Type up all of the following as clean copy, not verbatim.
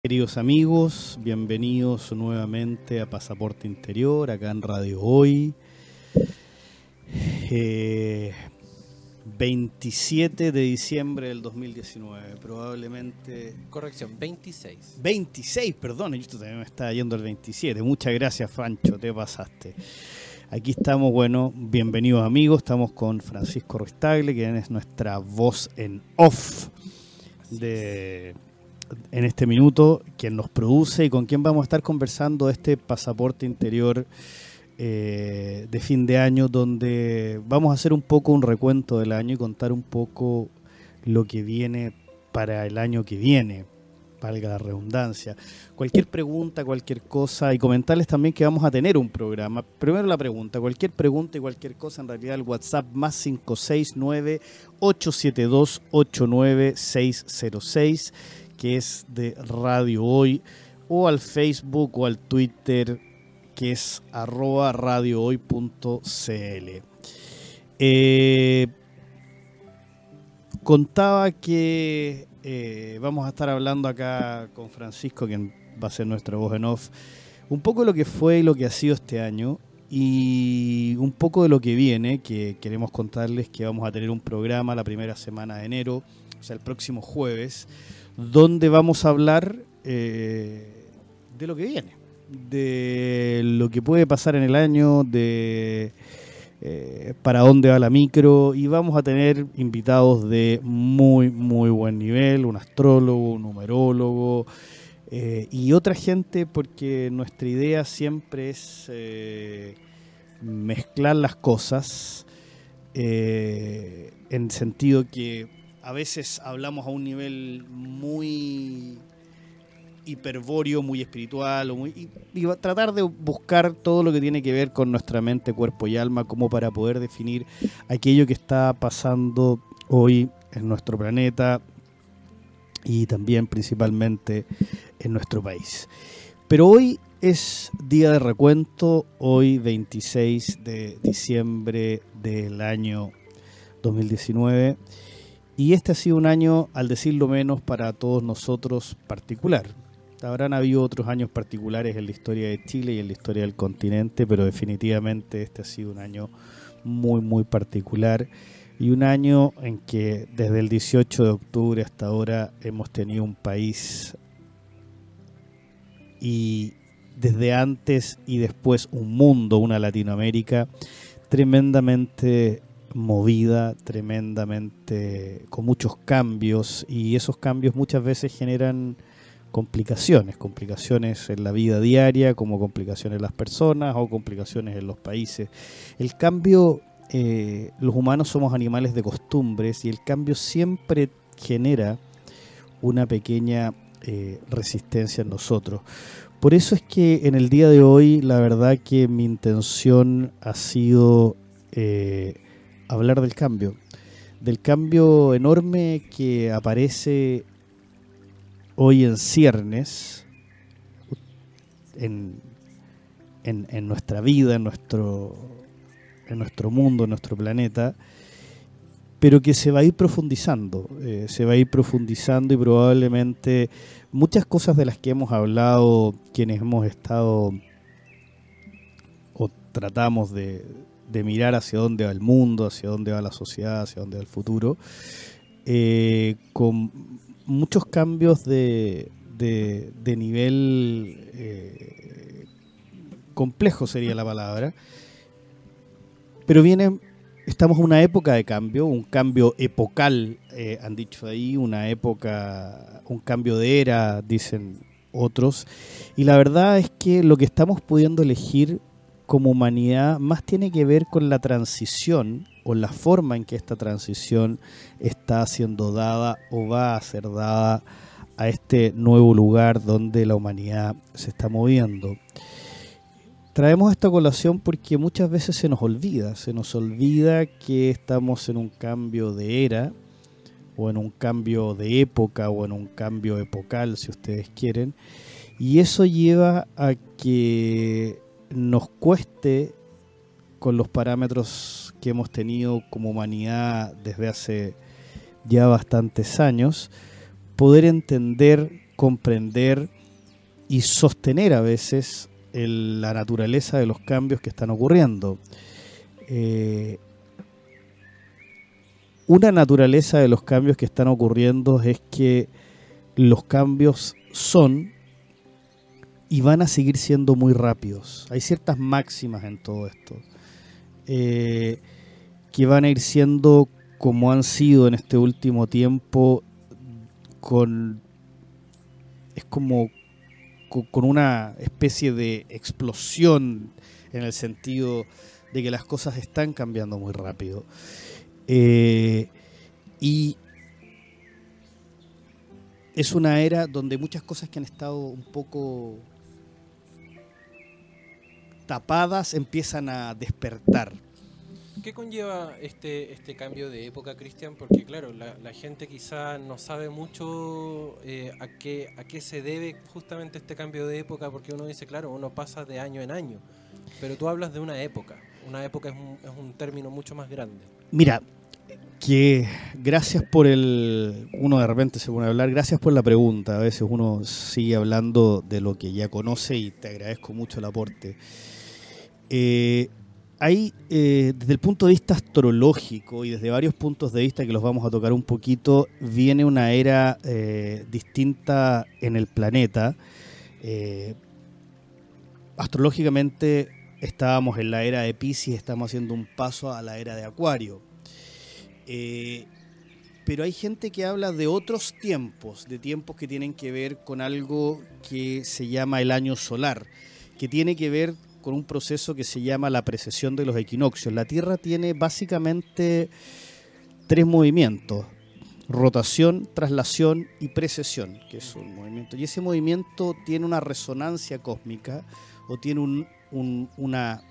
Queridos amigos, bienvenidos nuevamente a Pasaporte Interior, acá en Radio Hoy. 27 de diciembre del 2019, probablemente... Corrección, 26. 26, perdón, yo también me estaba yendo al 27. Muchas gracias, Fancho, te pasaste. Aquí estamos, bueno, bienvenidos amigos, estamos con Francisco Ruiz-Tagle, quien es nuestra voz en off en este minuto, quien nos produce y con quien vamos a estar conversando este Pasaporte Interior de fin de año, donde vamos a hacer un poco un recuento del año y contar un poco lo que viene para el año que viene, valga la redundancia. Cualquier pregunta, cualquier cosa, y comentarles también que vamos a tener un programa. Primero la pregunta, cualquier pregunta y cualquier cosa, en realidad el WhatsApp más 569-872-89606, que es de Radio Hoy, o al Facebook o al Twitter, que es @radiohoy.cl. Contaba que vamos a estar hablando acá con Francisco, quien va a ser nuestra voz en off, un poco de lo que fue y lo que ha sido este año, y un poco de lo que viene, que queremos contarles que vamos a tener un programa la primera semana de enero, o sea, el próximo jueves, donde vamos a hablar de lo que viene, de lo que puede pasar en el año, de para dónde va la micro, y vamos a tener invitados de muy buen nivel, un astrólogo, un numerólogo y otra gente, porque nuestra idea siempre es mezclar las cosas en el sentido que a veces hablamos a un nivel muy hiperbóreo, muy espiritual, y tratar de buscar todo lo que tiene que ver con nuestra mente, cuerpo y alma, como para poder definir aquello que está pasando hoy en nuestro planeta y también principalmente en nuestro país. Pero hoy es día de recuento, hoy 26 de diciembre del año 2019, y este ha sido un año, al decirlo menos, para todos nosotros particular. Habrán habido otros años particulares en la historia de Chile y en la historia del continente, pero definitivamente este ha sido un año muy particular, y un año en que desde el 18 de octubre hasta ahora hemos tenido un país, y desde antes y después un mundo, una Latinoamérica tremendamente movida, tremendamente con muchos cambios, y esos cambios muchas veces generan complicaciones en la vida diaria, como complicaciones en las personas o complicaciones en los países. El cambio, los humanos somos animales de costumbres, y el cambio siempre genera una pequeña resistencia en nosotros. Por eso es que en el día de hoy, la verdad que mi intención ha sido hablar del cambio enorme que aparece hoy en ciernes en nuestra vida, en nuestro mundo, en nuestro planeta, pero que se va a ir profundizando, y probablemente muchas cosas de las que hemos hablado quienes hemos estado o tratamos de mirar hacia dónde va el mundo, hacia dónde va la sociedad, hacia dónde va el futuro, con muchos cambios de nivel complejo sería la palabra, pero estamos en una época de cambio, un cambio epocal, han dicho ahí, un cambio de era, dicen otros, y la verdad es que lo que estamos pudiendo elegir como humanidad más tiene que ver con la transición, o la forma en que esta transición está siendo dada o va a ser dada a este nuevo lugar donde la humanidad se está moviendo. Traemos esta colación porque muchas veces se nos olvida que estamos en un cambio de era, o en un cambio de época, o en un cambio epocal, si ustedes quieren, y eso lleva a que nos cueste, con los parámetros que hemos tenido como humanidad desde hace ya bastantes años, poder entender comprender y sostener a veces la naturaleza de los cambios que están ocurriendo. Una naturaleza de los cambios que están ocurriendo es que los cambios son y van a seguir siendo muy rápidos. Hay ciertas máximas en todo esto, que van a ir siendo como han sido en este último tiempo, es como con una especie de explosión, en el sentido de que las cosas están cambiando muy rápido. Y es una era donde muchas cosas que han estado un poco tapadas empiezan a despertar. ¿Qué conlleva este cambio de época, Cristian? Porque claro, la gente quizá no sabe mucho a qué se debe justamente este cambio de época, porque uno dice, claro, uno pasa de año en año, pero tú hablas de una época es un término mucho más grande. Mira, que gracias por uno de repente se pone a hablar, gracias por la pregunta, a veces uno sigue hablando de lo que ya conoce y te agradezco mucho el aporte. Hay, desde el punto de vista astrológico y desde varios puntos de vista que los vamos a tocar un poquito, viene una era distinta en el planeta. Astrológicamente estábamos en la era de Piscis, estamos haciendo un paso a la era de Acuario. Pero hay gente que habla de otros tiempos, de tiempos que tienen que ver con algo que se llama el año solar, que tiene que ver con un proceso que se llama la precesión de los equinoccios. La Tierra tiene básicamente 3 movimientos: rotación, traslación y precesión, que es un movimiento. Y ese movimiento tiene una resonancia cósmica, o tiene una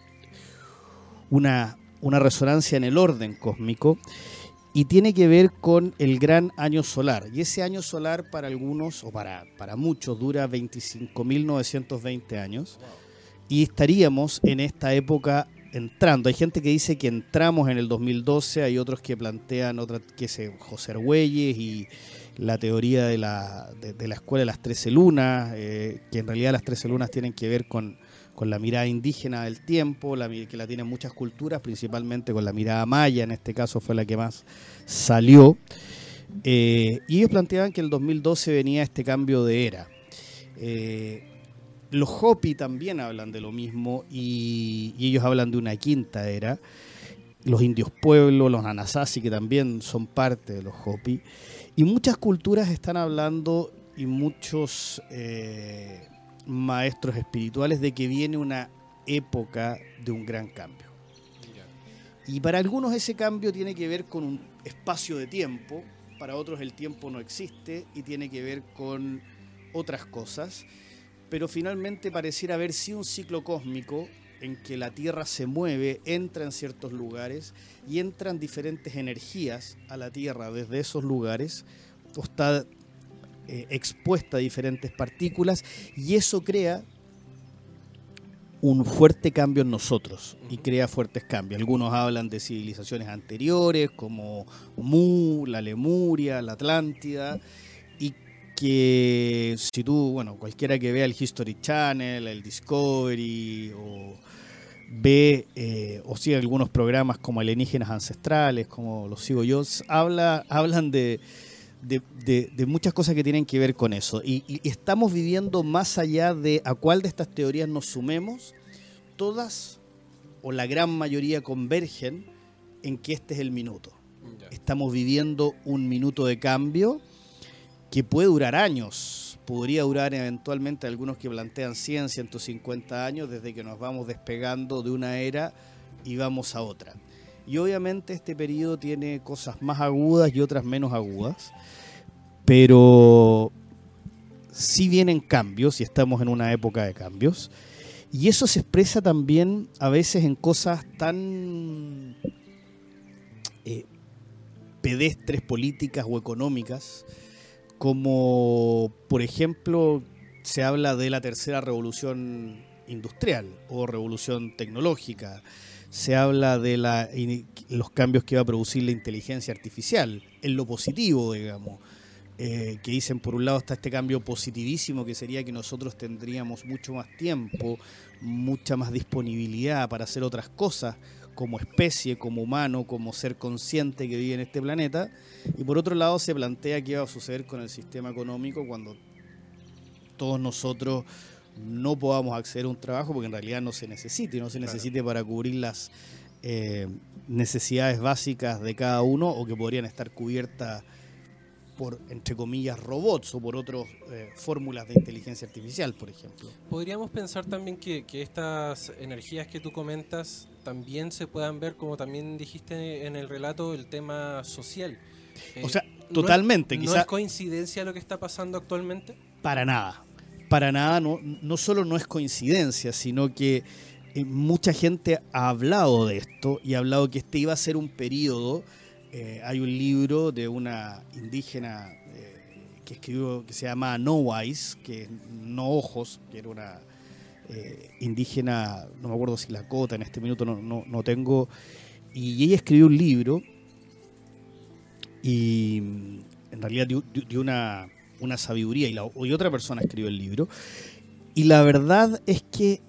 resonancia en el orden cósmico, y tiene que ver con el gran año solar. Y ese año solar para algunos, o para muchos, dura 25.920 años. Y estaríamos en esta época entrando. Hay gente que dice que entramos en el 2012, hay otros que plantean que es José Argüelles y la teoría de la escuela de las 13 lunas, que en realidad las 13 lunas tienen que ver con la mirada indígena del tiempo, que la tienen muchas culturas, principalmente con la mirada maya, en este caso fue la que más salió. Y ellos planteaban que el 2012 venía este cambio de era. Los Hopi también hablan de lo mismo, y ellos hablan de una quinta era. Los indios pueblos, los Anasazi, que también son parte de los Hopi. Y muchas culturas están hablando, y muchos maestros espirituales, de que viene una época de un gran cambio. Y para algunos ese cambio tiene que ver con un espacio de tiempo, para otros el tiempo no existe y tiene que ver con otras cosas, pero finalmente pareciera haber sí un ciclo cósmico en que la Tierra se mueve, entra en ciertos lugares y entran diferentes energías a la Tierra desde esos lugares, o está expuesta a diferentes partículas, y eso crea un fuerte cambio en nosotros y crea fuertes cambios. Algunos hablan de civilizaciones anteriores como Mu, la Lemuria, la Atlántida, y que si tú, cualquiera que vea el History Channel, el Discovery, o ve o sigue algunos programas como Alienígenas Ancestrales, como los sigo yo, hablan de muchas cosas que tienen que ver con eso, y estamos viviendo más allá de a cuál de estas teorías nos sumemos. Todas o la gran mayoría convergen en que este es el minuto. Estamos viviendo un minuto de cambio que puede durar años, podría durar eventualmente, algunos que plantean 100, 150 años, desde que nos vamos despegando de una era y vamos a otra. Y obviamente este periodo tiene cosas más agudas y otras menos agudas, pero sí vienen cambios y estamos en una época de cambios. Y eso se expresa también a veces en cosas tan pedestres, políticas o económicas, como por ejemplo se habla de la tercera revolución industrial o revolución tecnológica. Se habla de los cambios que va a producir la inteligencia artificial, en lo positivo, digamos. que dicen, por un lado está este cambio positivísimo, que sería que nosotros tendríamos mucho más tiempo, mucha más disponibilidad para hacer otras cosas, como especie, como humano, como ser consciente que vive en este planeta, y por otro lado se plantea qué va a suceder con el sistema económico cuando todos nosotros no podamos acceder a un trabajo, porque en realidad no se necesite, y no se necesite para cubrir las necesidades básicas de cada uno, o que podrían estar cubiertas por, entre comillas, robots o por otras fórmulas de inteligencia artificial, por ejemplo. Podríamos pensar también que estas energías que tú comentas también se puedan ver, como también dijiste en el relato, el tema social. O sea, totalmente. ¿No es coincidencia lo que está pasando actualmente? Para nada. Para nada, no solo no es coincidencia, sino que mucha gente ha hablado de esto y ha hablado que este iba a ser un periodo. Hay un libro de una indígena que escribió, que se llama No Eyes, que es No Ojos, que era una indígena, no me acuerdo si Lakota, en este minuto no tengo, y ella escribió un libro y en realidad dio una sabiduría, y otra persona escribió el libro, y la verdad es que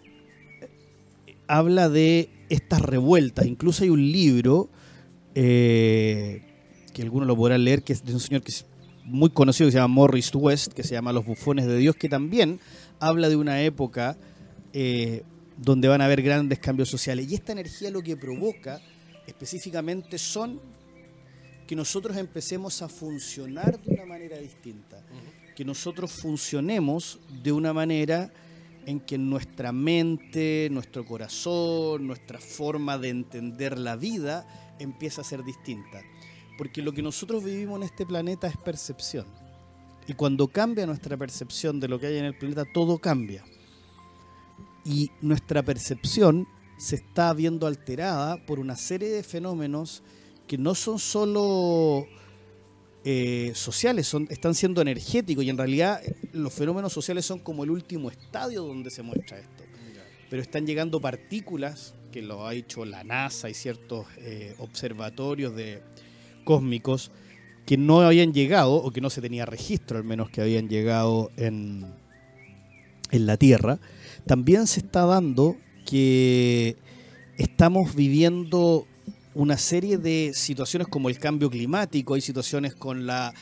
habla de estas revueltas. Incluso hay un libro que algunos lo podrán leer, que es de un señor que es muy conocido, que se llama Morris West, que se llama Los bufones de Dios, que también habla de una época donde van a haber grandes cambios sociales. Y esta energía lo que provoca específicamente son que nosotros empecemos a funcionar de una manera distinta, que nosotros funcionemos de una manera en que nuestra mente, nuestro corazón, nuestra forma de entender la vida empieza a ser distinta. Porque lo que nosotros vivimos en este planeta es percepción. Y cuando cambia nuestra percepción de lo que hay en el planeta, todo cambia. Y nuestra percepción se está viendo alterada por una serie de fenómenos que no son solo sociales, están siendo energéticos, y en realidad los fenómenos sociales son como el último estadio donde se muestra esto. Pero están llegando partículas, que lo ha hecho la NASA y ciertos observatorios cósmicos, que no habían llegado, o que no se tenía registro al menos que habían llegado en la Tierra. También se está dando que estamos viviendo una serie de situaciones como el cambio climático, hay situaciones con la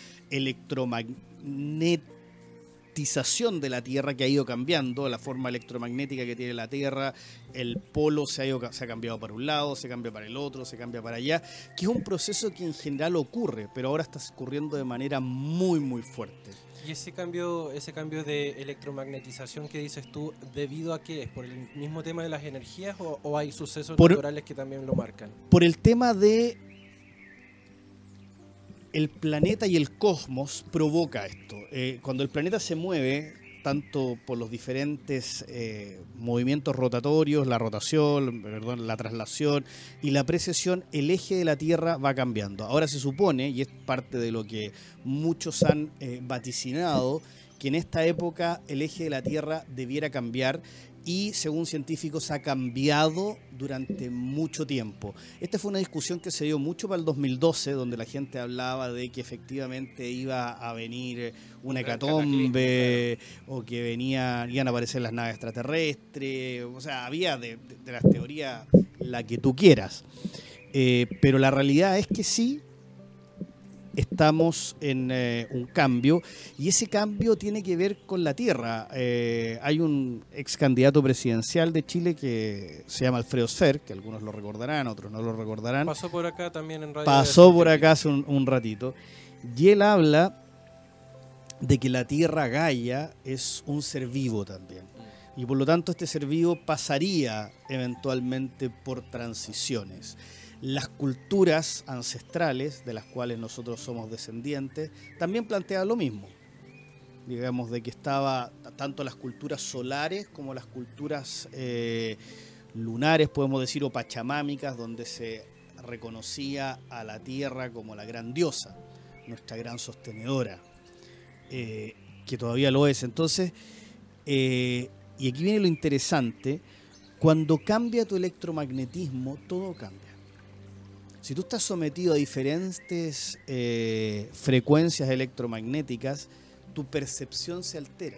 electromagnetización de la Tierra que ha ido cambiando, la forma electromagnética que tiene la Tierra, el polo se ha cambiado para un lado, se cambia para el otro, se cambia para allá, que es un proceso que en general ocurre, pero ahora está ocurriendo de manera muy, muy fuerte. ¿Y ese cambio de electromagnetización que dices tú, debido a qué es? ¿Por el mismo tema de las energías o hay sucesos naturales que también lo marcan? Por el tema de el planeta y el cosmos provoca esto. Cuando el planeta se mueve, tanto por los diferentes movimientos rotatorios, la rotación, la traslación y la precesión, el eje de la Tierra va cambiando. Ahora se supone, y es parte de lo que muchos han vaticinado, que en esta época el eje de la Tierra debiera cambiar, y según científicos ha cambiado durante mucho tiempo. Esta fue una discusión que se dio mucho para el 2012, donde la gente hablaba de que efectivamente iba a venir una hecatombe, o que iban a aparecer las naves extraterrestres. O sea, había de las teorías la que tú quieras. Pero la realidad es que sí, estamos en un cambio, y ese cambio tiene que ver con la Tierra. Hay un ex candidato presidencial de Chile que se llama Alfredo Sfer, que algunos lo recordarán, otros no lo recordarán. Pasó por acá también en radio. Pasó por acá hace un ratito, y él habla de que la Tierra Gaia es un ser vivo también, y por lo tanto este ser vivo pasaría eventualmente por transiciones. Las culturas ancestrales, de las cuales nosotros somos descendientes, también plantean lo mismo. Digamos, de que estaba tanto las culturas solares como las culturas lunares, podemos decir, o pachamámicas, donde se reconocía a la Tierra como la gran diosa, nuestra gran sostenedora, que todavía lo es. Entonces, y aquí viene lo interesante: cuando cambia tu electromagnetismo, todo cambia. Si tú estás sometido a diferentes frecuencias electromagnéticas, tu percepción se altera.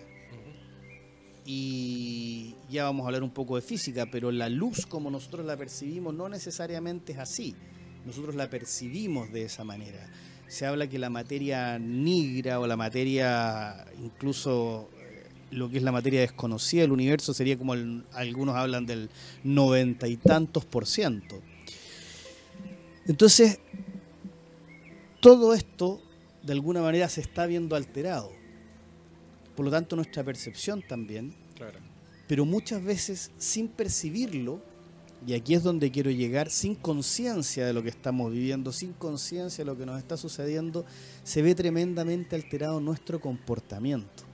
Y ya vamos a hablar un poco de física, pero la luz como nosotros la percibimos no necesariamente es así. Nosotros la percibimos de esa manera. Se habla que la materia negra o la materia, incluso lo que es la materia desconocida del universo, sería como algunos hablan del 90 y tantos %. Entonces, todo esto de alguna manera se está viendo alterado. Por lo tanto, nuestra percepción también. Claro. Pero muchas veces sin percibirlo, y aquí es donde quiero llegar, sin conciencia de lo que estamos viviendo, sin conciencia de lo que nos está sucediendo, se ve tremendamente alterado nuestro comportamiento.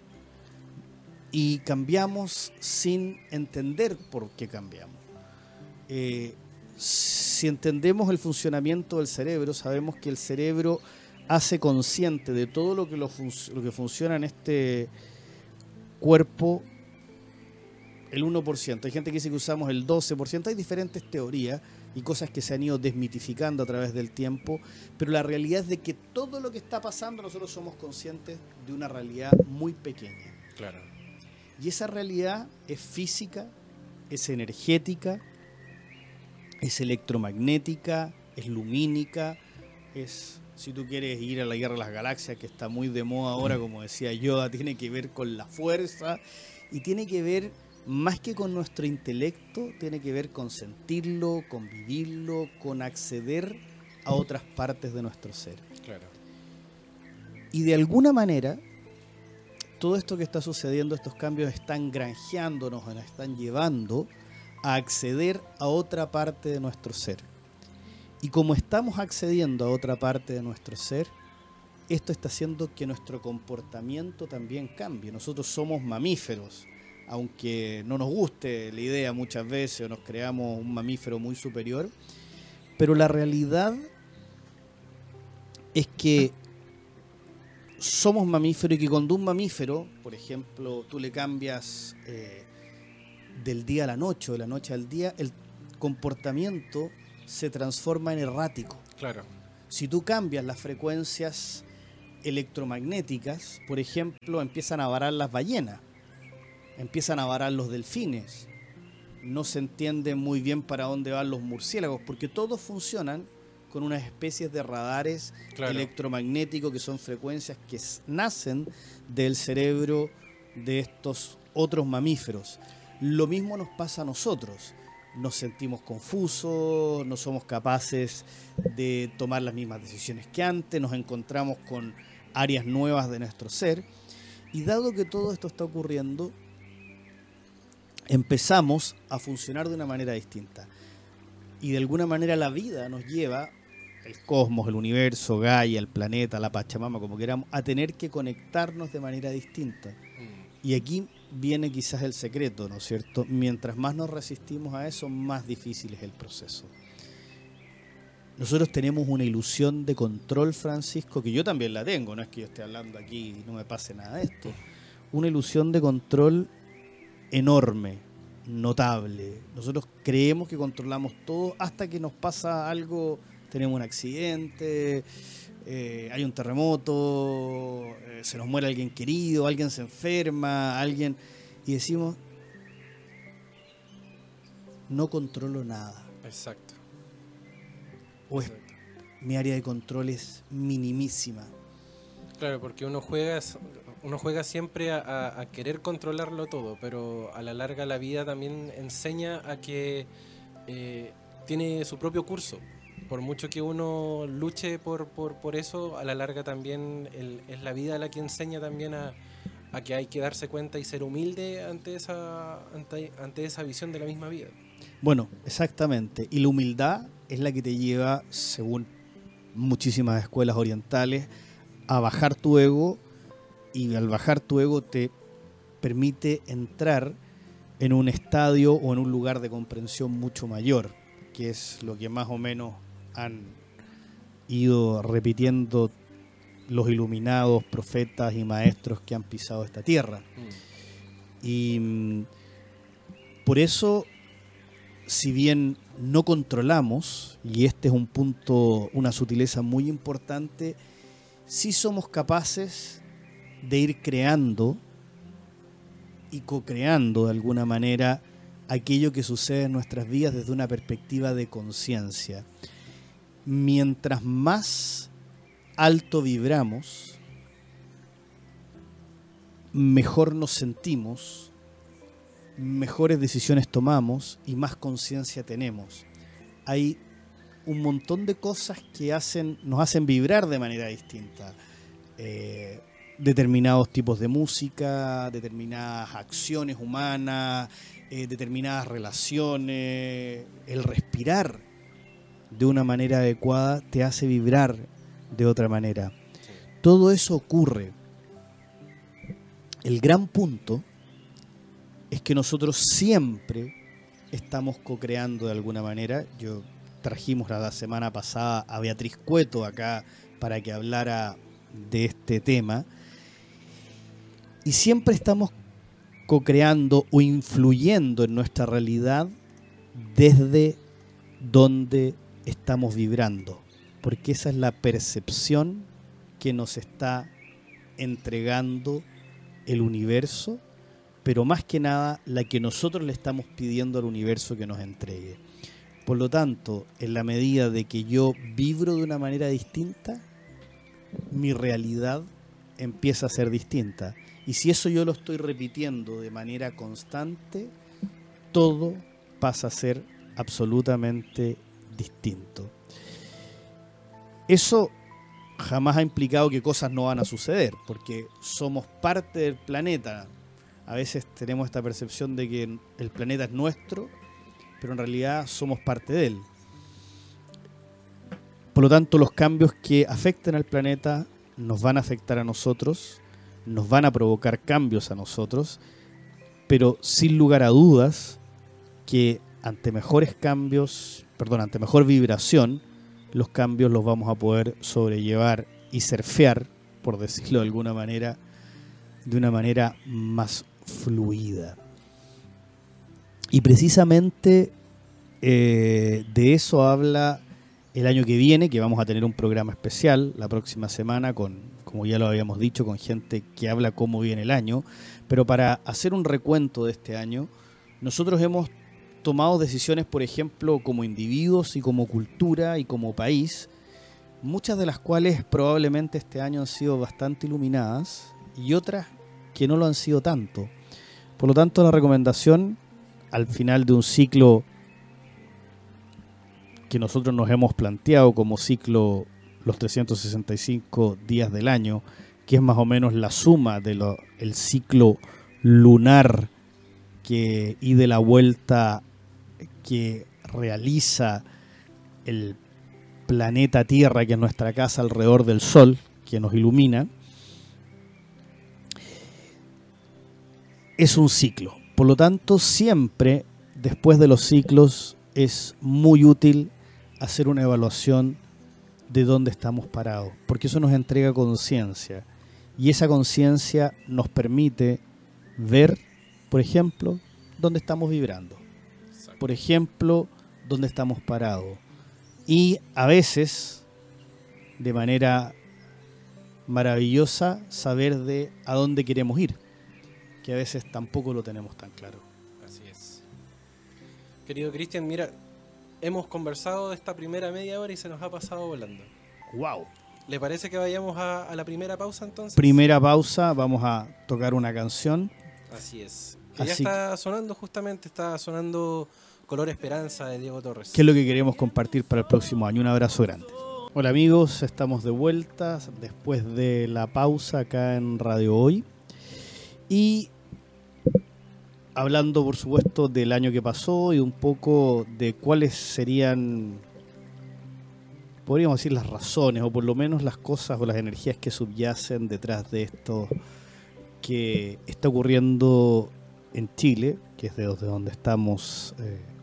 Y cambiamos sin entender por qué cambiamos. Si entendemos el funcionamiento del cerebro, sabemos que el cerebro hace consciente de todo lo que funciona en este cuerpo el 1%. Hay gente que dice que usamos el 12%. Hay diferentes teorías y cosas que se han ido desmitificando a través del tiempo, pero la realidad es de que todo lo que está pasando nosotros somos conscientes de una realidad muy pequeña. Claro. Y esa realidad es física, es energética, es electromagnética, es lumínica, es, si tú quieres ir a la Guerra de las Galaxias, que está muy de moda ahora, como decía Yoda, tiene que ver con la fuerza y tiene que ver, más que con nuestro intelecto, tiene que ver con sentirlo, con vivirlo, con acceder a otras partes de nuestro ser. Claro. Y de alguna manera, todo esto que está sucediendo, estos cambios están granjeándonos, nos están llevando a acceder a otra parte de nuestro ser. Y como estamos accediendo a otra parte de nuestro ser, esto está haciendo que nuestro comportamiento también cambie. Nosotros somos mamíferos, aunque no nos guste la idea muchas veces o nos creamos un mamífero muy superior, pero la realidad es que somos mamíferos y que cuando un mamífero, por ejemplo, tú le cambias del día a la noche o de la noche al día, el comportamiento se transforma en errático. Claro. Si tú cambias las frecuencias electromagnéticas, por ejemplo, empiezan a varar las ballenas, empiezan a varar los delfines, no se entiende muy bien para dónde van los murciélagos, porque todos funcionan con unas especies de radares electromagnéticos que son frecuencias que nacen del cerebro de estos otros mamíferos. Lo mismo nos pasa a nosotros. Nos sentimos confusos, no somos capaces de tomar las mismas decisiones que antes, nos encontramos con áreas nuevas de nuestro ser. Y dado que todo esto está ocurriendo, empezamos a funcionar de una manera distinta. Y de alguna manera la vida nos lleva, el cosmos, el universo, Gaia, el planeta, la Pachamama, como queramos, a tener que conectarnos de manera distinta. Y aquí viene quizás el secreto, ¿no es cierto? Mientras más nos resistimos a eso, más difícil es el proceso. Nosotros tenemos una ilusión de control, Francisco, que yo también la tengo, no es que yo esté hablando aquí y no me pase nada de esto. Una ilusión de control enorme, notable. Nosotros creemos que controlamos todo hasta que nos pasa algo, tenemos un accidente, hay un terremoto, se nos muere alguien querido, alguien se enferma, y decimos, no controlo nada. Exacto. O mi área de control es minimísima. Claro, porque uno juega siempre a querer controlarlo todo, pero a la larga la vida también enseña a que tiene su propio curso. Por mucho que uno luche por eso, a la larga también es la vida la que enseña también a que hay que darse cuenta y ser humilde ante esa visión de la misma vida. Bueno, exactamente. Y la humildad es la que te lleva, según muchísimas escuelas orientales, a bajar tu ego, y al bajar tu ego te permite entrar en un estadio o en un lugar de comprensión mucho mayor, que es lo que más o menos han ido repitiendo los iluminados, profetas y maestros que han pisado esta tierra. Y por eso, si bien no controlamos, y este es un punto, una sutileza muy importante, sí somos capaces de ir creando y co-creando de alguna manera aquello que sucede en nuestras vidas desde una perspectiva de conciencia. Mientras más alto vibramos, mejor nos sentimos, mejores decisiones tomamos y más conciencia tenemos. Hay un montón de cosas que nos hacen vibrar de manera distinta. Determinados tipos de música, determinadas acciones humanas, determinadas relaciones, el respirar de una manera adecuada te hace vibrar de otra manera. Todo eso ocurre. El gran punto es que nosotros siempre estamos co-creando de alguna manera. Trajimos la semana pasada a Beatriz Cueto acá para que hablara de este tema. Y siempre estamos co-creando o influyendo en nuestra realidad desde donde estamos vibrando. Porque esa es la percepción que nos está entregando el universo, pero más que nada la que nosotros le estamos pidiendo al universo que nos entregue. Por lo tanto, en la medida de que yo vibro de una manera distinta, mi realidad empieza a ser distinta. Y si eso yo lo estoy repitiendo de manera constante, todo pasa a ser absolutamente distinto. Eso jamás ha implicado que cosas no van a suceder, porque somos parte del planeta. A veces tenemos esta percepción de que el planeta es nuestro, pero en realidad somos parte de él. Por lo tanto, los cambios que afecten al planeta nos van a afectar a nosotros, nos van a provocar cambios a nosotros, pero sin lugar a dudas que ante mejor vibración, los cambios los vamos a poder sobrellevar y surfear, por decirlo de alguna manera, de una manera más fluida. Y precisamente de eso habla el año que viene, que vamos a tener un programa especial la próxima semana como ya lo habíamos dicho, con gente que habla cómo viene el año. Pero para hacer un recuento de este año, nosotros hemos tomado decisiones, por ejemplo, como individuos y como cultura y como país, muchas de las cuales probablemente este año han sido bastante iluminadas y otras que no lo han sido tanto. Por lo tanto, la recomendación al final de un ciclo que nosotros nos hemos planteado como ciclo los 365 días del año, que es más o menos la suma del ciclo lunar y de la vuelta que realiza el planeta Tierra, que es nuestra casa alrededor del Sol, que nos ilumina, es un ciclo. Por lo tanto, siempre después de los ciclos es muy útil hacer una evaluación de dónde estamos parados, porque eso nos entrega conciencia y esa conciencia nos permite ver, por ejemplo, dónde estamos vibrando, por ejemplo, dónde estamos parados, y a veces de manera maravillosa saber de a dónde queremos ir, que a veces tampoco lo tenemos tan claro. Así es. Querido Cristian, mira, hemos conversado de esta primera media hora y se nos ha pasado volando. ¡Wow! ¿Le parece que vayamos a la primera pausa entonces? Primera pausa, vamos a tocar una canción. Así es. Ya está sonando justamente, está sonando Color Esperanza de Diego Torres. ¿Qué es lo que queremos compartir para el próximo año? Un abrazo grande. Hola amigos, estamos de vuelta después de la pausa acá en Radio Hoy. Y hablando, por supuesto, del año que pasó y un poco de cuáles serían, podríamos decir, las razones o por lo menos las cosas o las energías que subyacen detrás de esto que está ocurriendo en Chile, que es desde donde estamos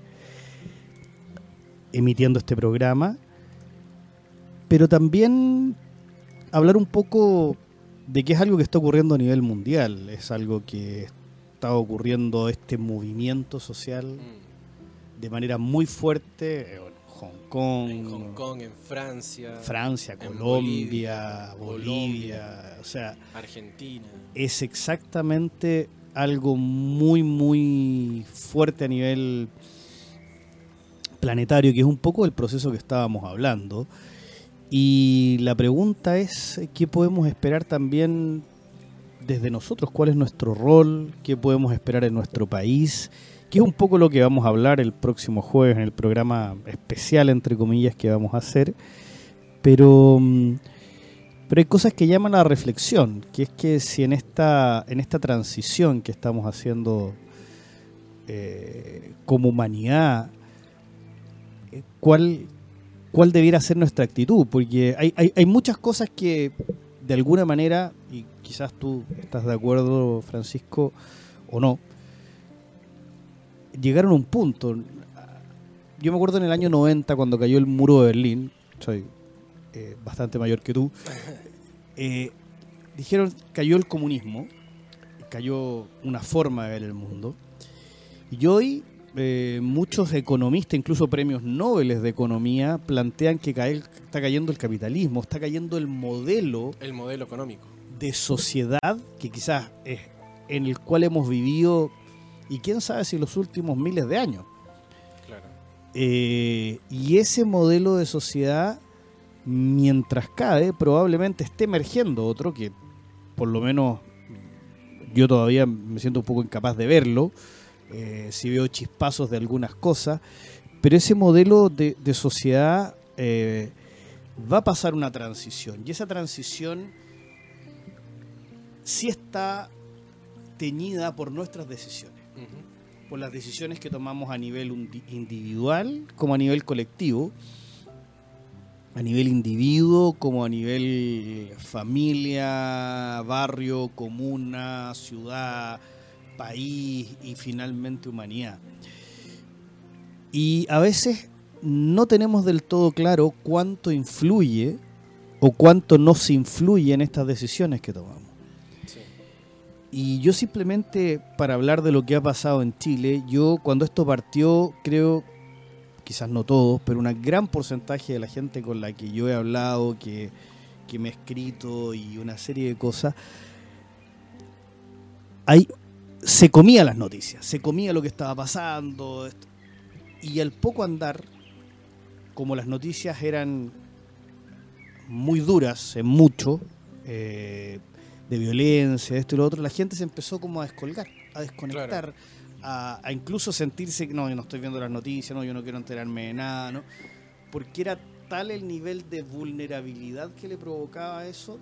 emitiendo este programa, pero también hablar un poco de que es algo que está ocurriendo a nivel mundial, es algo que está ocurriendo, este movimiento social de manera muy fuerte, En Hong Kong, en Francia, en Colombia, Bolivia, o sea, Argentina. Es exactamente algo muy, muy fuerte a nivel planetario, que es un poco el proceso que estábamos hablando. Y la pregunta es, ¿qué podemos esperar también desde nosotros? ¿Cuál es nuestro rol? ¿Qué podemos esperar en nuestro país? Que es un poco lo que vamos a hablar el próximo jueves en el programa especial, entre comillas, que vamos a hacer. Pero hay cosas que llaman a la reflexión, que es que si en esta transición que estamos haciendo como humanidad, ¿cuál debiera ser nuestra actitud? Porque hay muchas cosas que de alguna manera, y quizás tú estás de acuerdo, Francisco, o no, llegaron a un punto. Yo me acuerdo en el año 90 cuando cayó el muro de Berlín, soy bastante mayor que tú, dijeron, cayó el comunismo, cayó una forma de ver el mundo, y hoy muchos economistas, incluso premios Nobel de economía, plantean que está cayendo el capitalismo, está cayendo el modelo económico de sociedad que quizás es en el cual hemos vivido, y quién sabe si los últimos miles de años. Claro. Y ese modelo de sociedad, mientras cae, probablemente esté emergiendo otro que, por lo menos, yo todavía me siento un poco incapaz de verlo. Si veo chispazos de algunas cosas, pero ese modelo de sociedad va a pasar una transición, y esa transición sí está teñida por nuestras decisiones, por las decisiones que tomamos a nivel individual como a nivel colectivo, a nivel individuo como a nivel familia, barrio, comuna, ciudad, país y finalmente humanidad. Y a veces no tenemos del todo claro cuánto influye o cuánto nos influye en estas decisiones que tomamos. Sí. Y yo simplemente, para hablar de lo que ha pasado en Chile, yo cuando esto partió, creo, quizás no todos, pero un gran porcentaje de la gente con la que yo he hablado, que me he escrito y una serie de cosas, se comía las noticias, se comía lo que estaba pasando, y al poco andar, como las noticias eran muy duras en mucho, de violencia, esto y lo otro, la gente se empezó como a descolgar, a desconectar, claro, a incluso sentirse que no, yo no estoy viendo las noticias, no, yo no quiero enterarme de nada, ¿no? Porque era tal el nivel de vulnerabilidad que le provocaba eso,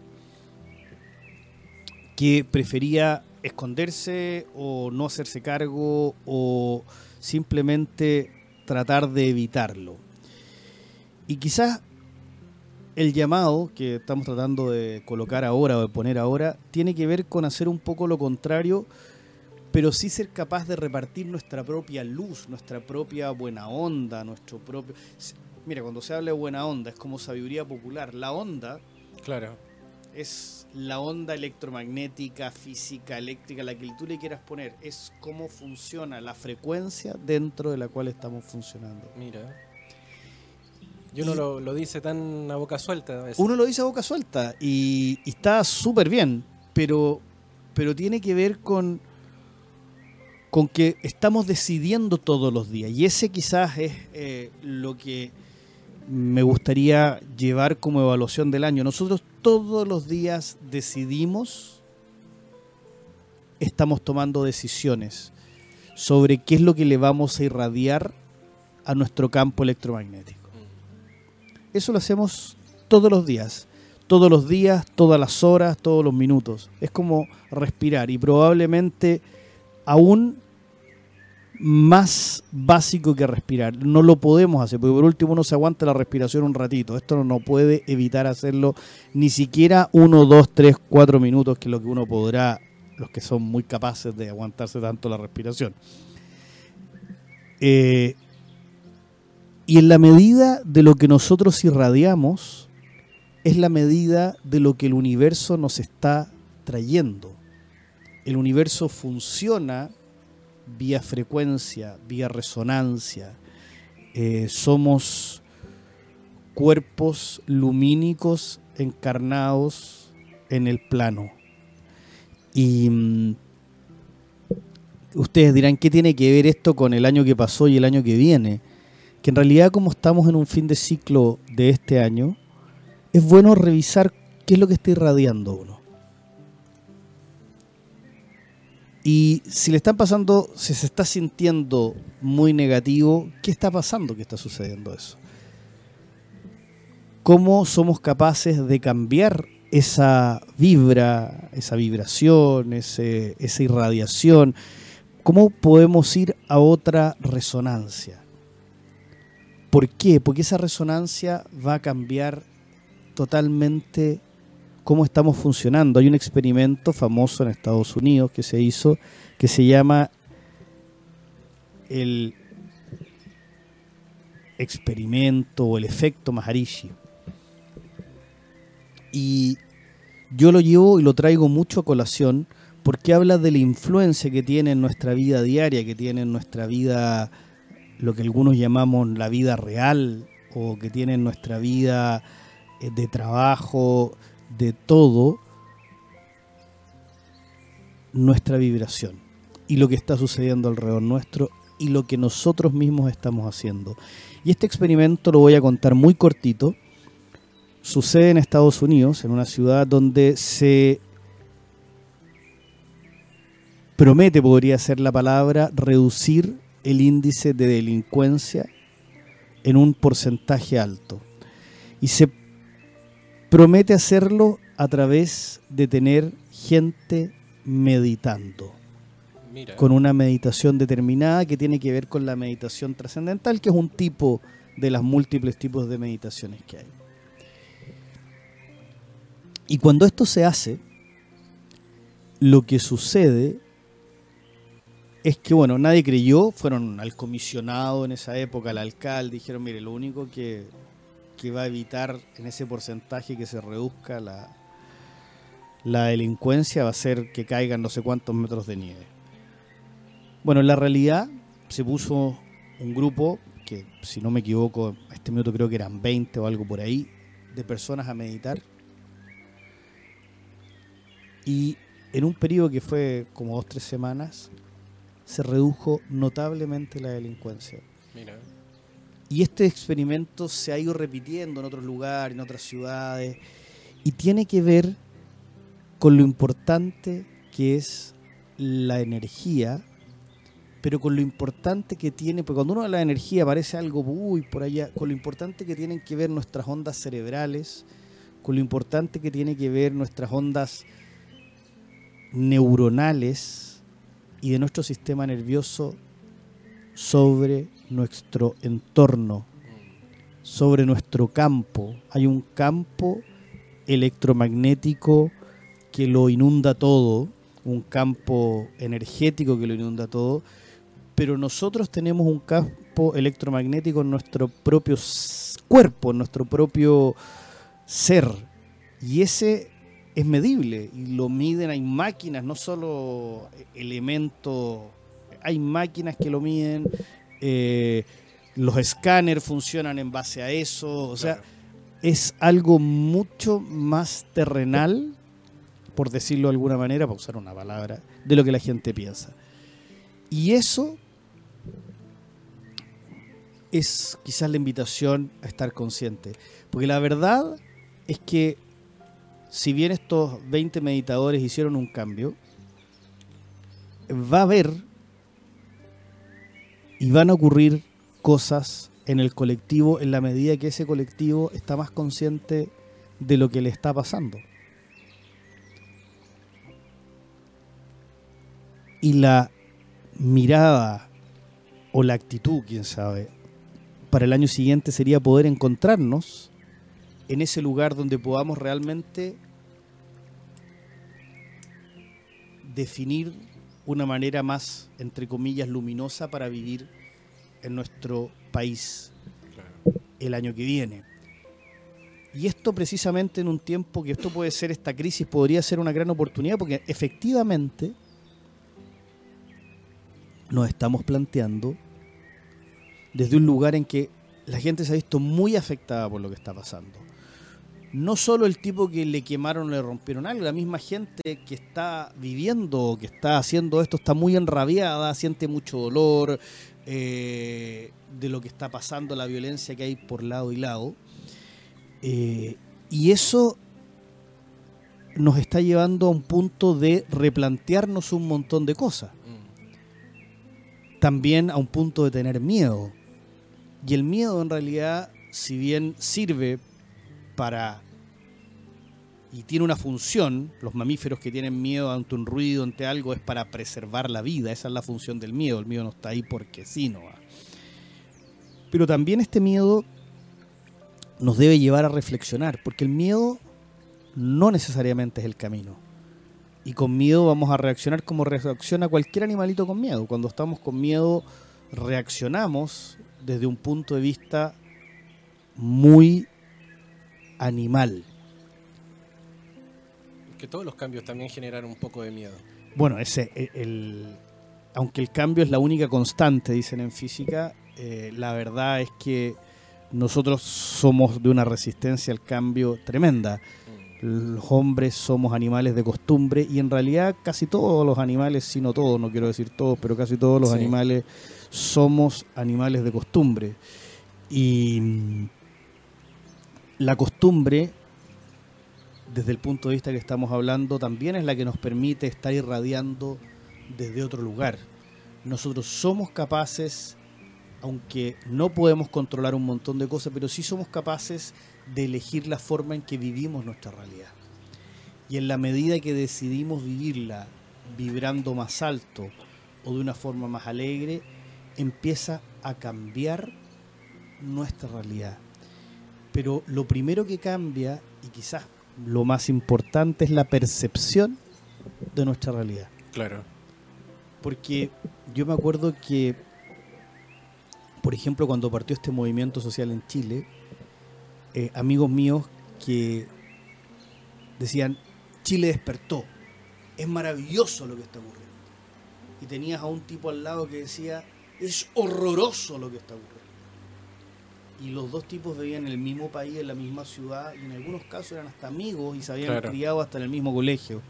que prefería esconderse o no hacerse cargo o simplemente tratar de evitarlo. Y quizás el llamado que estamos tratando de colocar ahora o de poner ahora tiene que ver con hacer un poco lo contrario, pero sí ser capaz de repartir nuestra propia luz, nuestra propia buena onda, nuestro propio... Mira, cuando se habla de buena onda es como sabiduría popular. La onda, claro, es la onda electromagnética, física, eléctrica, la que tú le quieras poner. Es cómo funciona la frecuencia dentro de la cual estamos funcionando. Mira, y uno lo dice tan a boca suelta a veces. Uno lo dice a boca suelta y está súper bien, pero tiene que ver con que estamos decidiendo todos los días, y ese quizás es lo que me gustaría llevar como evaluación del año. Nosotros todos los días decidimos, estamos tomando decisiones sobre qué es lo que le vamos a irradiar a nuestro campo electromagnético. Eso lo hacemos todos los días, todas las horas, todos los minutos. Es como respirar, y probablemente aún más básico que respirar. No lo podemos hacer, porque por último uno se aguanta la respiración un ratito. Esto no puede evitar hacerlo ni siquiera 1, 2, 3, 4 minutos, que es lo que uno podrá, los que son muy capaces de aguantarse tanto la respiración. Y en la medida de lo que nosotros irradiamos, es la medida de lo que el universo nos está trayendo. El universo funciona vía frecuencia, vía resonancia. somos cuerpos lumínicos encarnados en el plano. Y ustedes dirán, ¿qué tiene que ver esto con el año que pasó y el año que viene? Que en realidad, como estamos en un fin de ciclo de este año, es bueno revisar qué es lo que está irradiando uno. Y si le están pasando, si se está sintiendo muy negativo, ¿qué está pasando que está sucediendo eso? ¿Cómo somos capaces de cambiar esa vibra, esa vibración, esa irradiación? ¿Cómo podemos ir a otra resonancia? ¿Por qué? Porque esa resonancia va a cambiar totalmente cómo estamos funcionando. Hay un experimento famoso en Estados Unidos que se hizo, que se llama el experimento o el efecto Maharishi. Y yo lo llevo y lo traigo mucho a colación porque habla de la influencia que tiene en nuestra vida diaria, que tiene en nuestra vida, lo que algunos llamamos la vida real, o que tiene en nuestra vida de trabajo, de todo, nuestra vibración y lo que está sucediendo alrededor nuestro y lo que nosotros mismos estamos haciendo. Y este experimento lo voy a contar muy cortito. Sucede en Estados Unidos, en una ciudad donde se promete, podría ser la palabra, reducir el índice de delincuencia en un porcentaje alto. Y se promete hacerlo a través de tener gente meditando. Mira. Con una meditación determinada que tiene que ver con la meditación trascendental, que es un tipo de las múltiples tipos de meditaciones que hay. Y cuando esto se hace, lo que sucede es que, bueno, nadie creyó, fueron al comisionado en esa época, al alcalde, dijeron, mire, lo único que va a evitar en ese porcentaje que se reduzca la delincuencia va a ser que caigan no sé cuántos metros de nieve. Bueno, en la realidad se puso un grupo que, si no me equivoco, a este minuto creo que eran 20 o algo por ahí, de personas a meditar. Y en un periodo que fue como 2 o 3 semanas, se redujo notablemente la delincuencia. Mira. Y este experimento se ha ido repitiendo en otros lugares, en otras ciudades, y tiene que ver con lo importante que es la energía, pero con lo importante que tiene, porque cuando uno habla de energía parece algo por allá, con lo importante que tienen que ver nuestras ondas cerebrales, con lo importante que tiene que ver nuestras ondas neuronales y de nuestro sistema nervioso sobre nuestro entorno, sobre nuestro campo. Hay un campo electromagnético que lo inunda todo, un campo energético que lo inunda todo, pero nosotros tenemos un campo electromagnético en nuestro propio cuerpo, en nuestro propio ser, y ese es medible y lo miden. Hay máquinas, no solo elementos, hay máquinas que lo miden, los escáneres funcionan en base a eso, o sea, es algo mucho más terrenal, por decirlo de alguna manera, para usar una palabra, de lo que la gente piensa. Y eso es quizás la invitación a estar consciente, porque la verdad es que si bien estos 20 meditadores hicieron un cambio, va a haber y van a ocurrir cosas en el colectivo en la medida que ese colectivo está más consciente de lo que le está pasando. Y la mirada o la actitud, quién sabe, para el año siguiente sería poder encontrarnos en ese lugar donde podamos realmente definir una manera más, entre comillas, luminosa para vivir en nuestro país el año que viene. Y esto precisamente en un tiempo que esto puede ser, esta crisis podría ser una gran oportunidad, porque efectivamente nos estamos planteando desde un lugar en que la gente se ha visto muy afectada por lo que está pasando. No solo el tipo que le quemaron o le rompieron algo, la misma gente que está viviendo, que está haciendo esto, está muy enrabiada, siente mucho dolor de lo que está pasando, la violencia que hay por lado y lado. Y eso nos está llevando a un punto de replantearnos un montón de cosas. También a un punto de tener miedo. Y el miedo en realidad, si bien sirve para, y tiene una función, los mamíferos que tienen miedo ante un ruido, ante algo, es para preservar la vida. Esa es la función del miedo. El miedo no está ahí porque sí, no va. Pero también este miedo nos debe llevar a reflexionar, porque el miedo no necesariamente es el camino. Y con miedo vamos a reaccionar como reacciona cualquier animalito con miedo. Cuando estamos con miedo, reaccionamos desde un punto de vista muy animal. Que todos los cambios también generan un poco de miedo. Bueno, aunque el cambio es la única constante, dicen en física, la verdad es que nosotros somos de una resistencia al cambio tremenda. Los hombres somos animales de costumbre y en realidad casi todos los animales, si no todos, no quiero decir todos, pero casi todos los animales somos animales de costumbre. Y la costumbre, desde el punto de vista que estamos hablando, también es la que nos permite estar irradiando desde otro lugar. Nosotros somos capaces, aunque no podemos controlar un montón de cosas, pero sí somos capaces de elegir la forma en que vivimos nuestra realidad. Y en la medida que decidimos vivirla vibrando más alto o de una forma más alegre, empieza a cambiar nuestra realidad. Pero lo primero que cambia, y quizás lo más importante, es la percepción de nuestra realidad. Claro. Porque yo me acuerdo que, por ejemplo, cuando partió este movimiento social en Chile, amigos míos que decían, Chile despertó, es maravilloso lo que está ocurriendo. Y tenías a un tipo al lado que decía, es horroroso lo que está ocurriendo. Y los dos tipos vivían en el mismo país, en la misma ciudad, y en algunos casos eran hasta amigos y se habían criado hasta en el mismo colegio.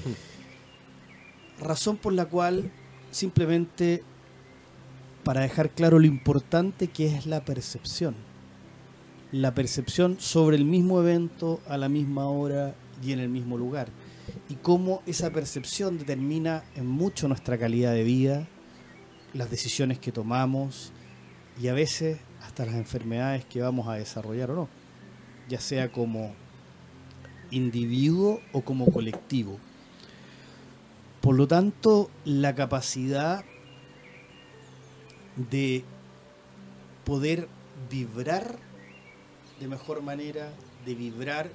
Razón por la cual, simplemente para dejar claro lo importante que es la percepción. La percepción sobre el mismo evento, a la misma hora y en el mismo lugar. Y cómo esa percepción determina en mucho nuestra calidad de vida, las decisiones que tomamos y a veces hasta las enfermedades que vamos a desarrollar o no, ya sea como individuo o como colectivo. Por lo tanto, la capacidad de poder vibrar de mejor manera, de vibrar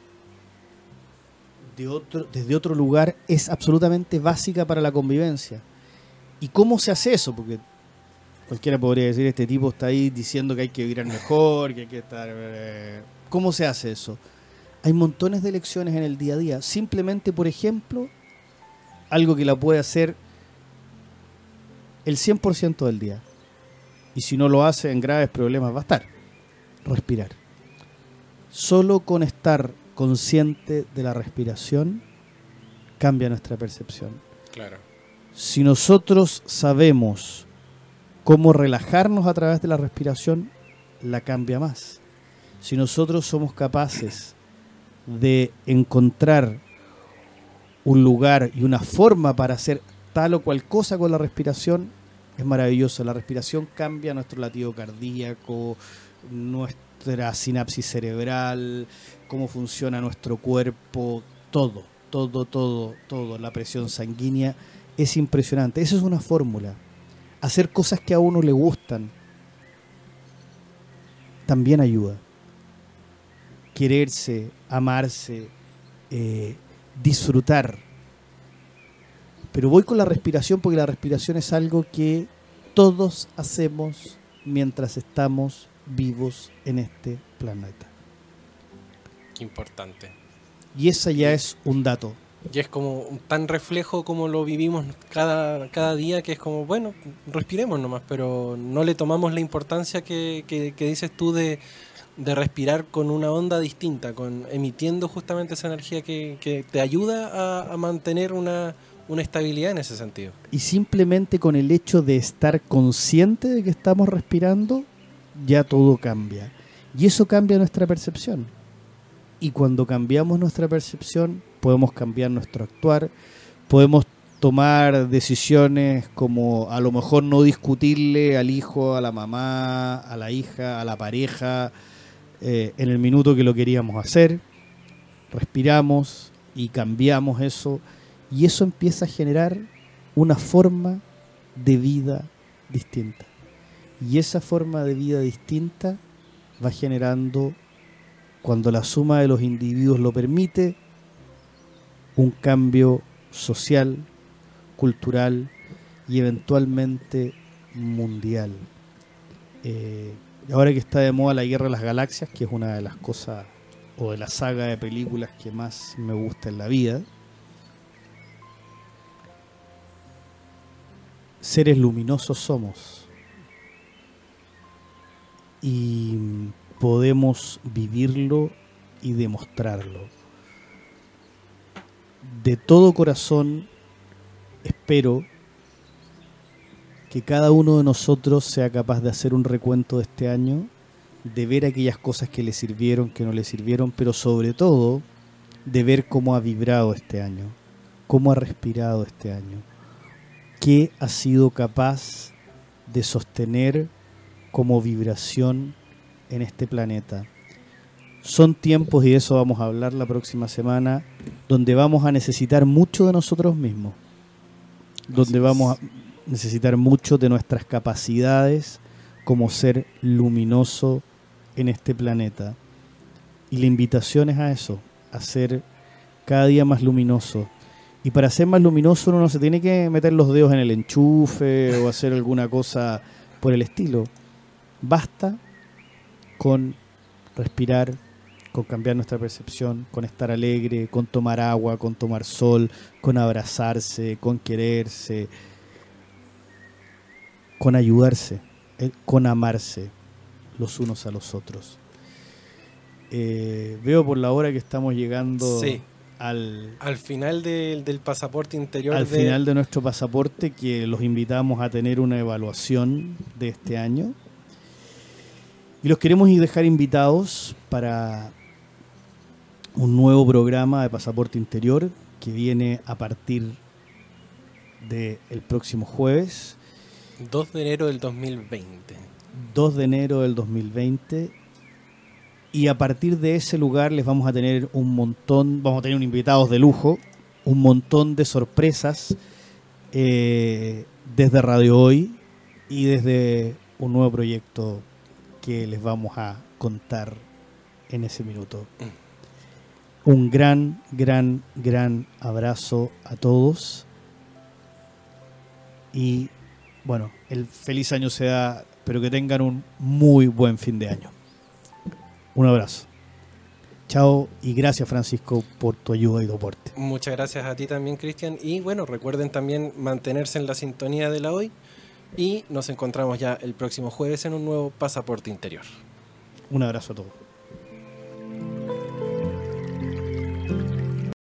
desde otro lugar, es absolutamente básica para la convivencia. ¿Y cómo se hace eso? Porque cualquiera podría decir, este tipo está ahí diciendo que hay que vibrar mejor, que hay que estar... ¿Cómo se hace eso? Hay montones de lecciones en el día a día. Simplemente, por ejemplo, algo que la puede hacer el 100% del día. Y si no lo hace, en graves problemas va a estar. Respirar. Solo con estar consciente de la respiración cambia nuestra percepción. Claro. Si nosotros sabemos cómo relajarnos a través de la respiración, la cambia más. Si nosotros somos capaces de encontrar un lugar y una forma para hacer tal o cual cosa con la respiración, es maravilloso. La respiración cambia nuestro latido cardíaco, nuestra sinapsis cerebral, cómo funciona nuestro cuerpo, todo, la presión sanguínea es impresionante. Esa es una fórmula. Hacer cosas que a uno le gustan también ayuda. Quererse, amarse, disfrutar. Pero voy con la respiración porque la respiración es algo que todos hacemos mientras estamos vivos en este planeta. Qué importante. Y esa ya es un dato. Y es como un tan reflejo como lo vivimos cada día, que es como, bueno, respiremos nomás, pero no le tomamos la importancia que dices tú de respirar con una onda distinta, emitiendo justamente esa energía que te ayuda a mantener una estabilidad en ese sentido. Y simplemente con el hecho de estar consciente de que estamos respirando, ya todo cambia. Y eso cambia nuestra percepción. Y cuando cambiamos nuestra percepción, podemos cambiar nuestro actuar, podemos tomar decisiones como a lo mejor no discutirle al hijo, a la mamá, a la hija, a la pareja, en el minuto que lo queríamos hacer. Respiramos y cambiamos eso, y eso empieza a generar una forma de vida distinta. Y esa forma de vida distinta va generando, cuando la suma de los individuos lo permite, un cambio social, cultural y eventualmente mundial. Ahora que está de moda la Guerra de las Galaxias, que es una de las cosas o de la saga de películas que más me gusta en la vida, seres luminosos somos y podemos vivirlo y demostrarlo. De todo corazón espero que cada uno de nosotros sea capaz de hacer un recuento de este año, de ver aquellas cosas que le sirvieron, que no le sirvieron, pero sobre todo de ver cómo ha vibrado este año, cómo ha respirado este año, qué ha sido capaz de sostener como vibración en este planeta. Son tiempos, y de eso vamos a hablar la próxima semana, donde vamos a necesitar mucho de nosotros mismos, donde vamos a necesitar mucho de nuestras capacidades como ser luminoso en este planeta. Y la invitación es a eso, a ser cada día más luminoso. Y para ser más luminoso uno no se tiene que meter los dedos en el enchufe o hacer alguna cosa por el estilo. Basta con respirar, con cambiar nuestra percepción, con estar alegre, con tomar agua, con tomar sol, con abrazarse, con quererse, con ayudarse, con amarse los unos a los otros. Veo por la hora que estamos llegando al final del pasaporte interior. Al final de nuestro pasaporte, que los invitamos a tener una evaluación de este año. Y los queremos dejar invitados para un nuevo programa de Pasaporte Interior que viene a partir del próximo jueves. 2 de enero del 2020. 2 de enero del 2020. Y a partir de ese lugar les vamos a tener vamos a tener invitados de lujo, un montón de sorpresas desde Radio Hoy y desde un nuevo proyecto que les vamos a contar en ese minuto. Un gran, gran, gran abrazo a todos. Y bueno, el feliz año sea, pero que tengan un muy buen fin de año. Un abrazo. Chao y gracias, Francisco, por tu ayuda y tu aporte. Muchas gracias a ti también, Cristian. Y bueno, recuerden también mantenerse en la sintonía de la Hoy. Y nos encontramos ya el próximo jueves en un nuevo Pasaporte Interior. Un abrazo a todos.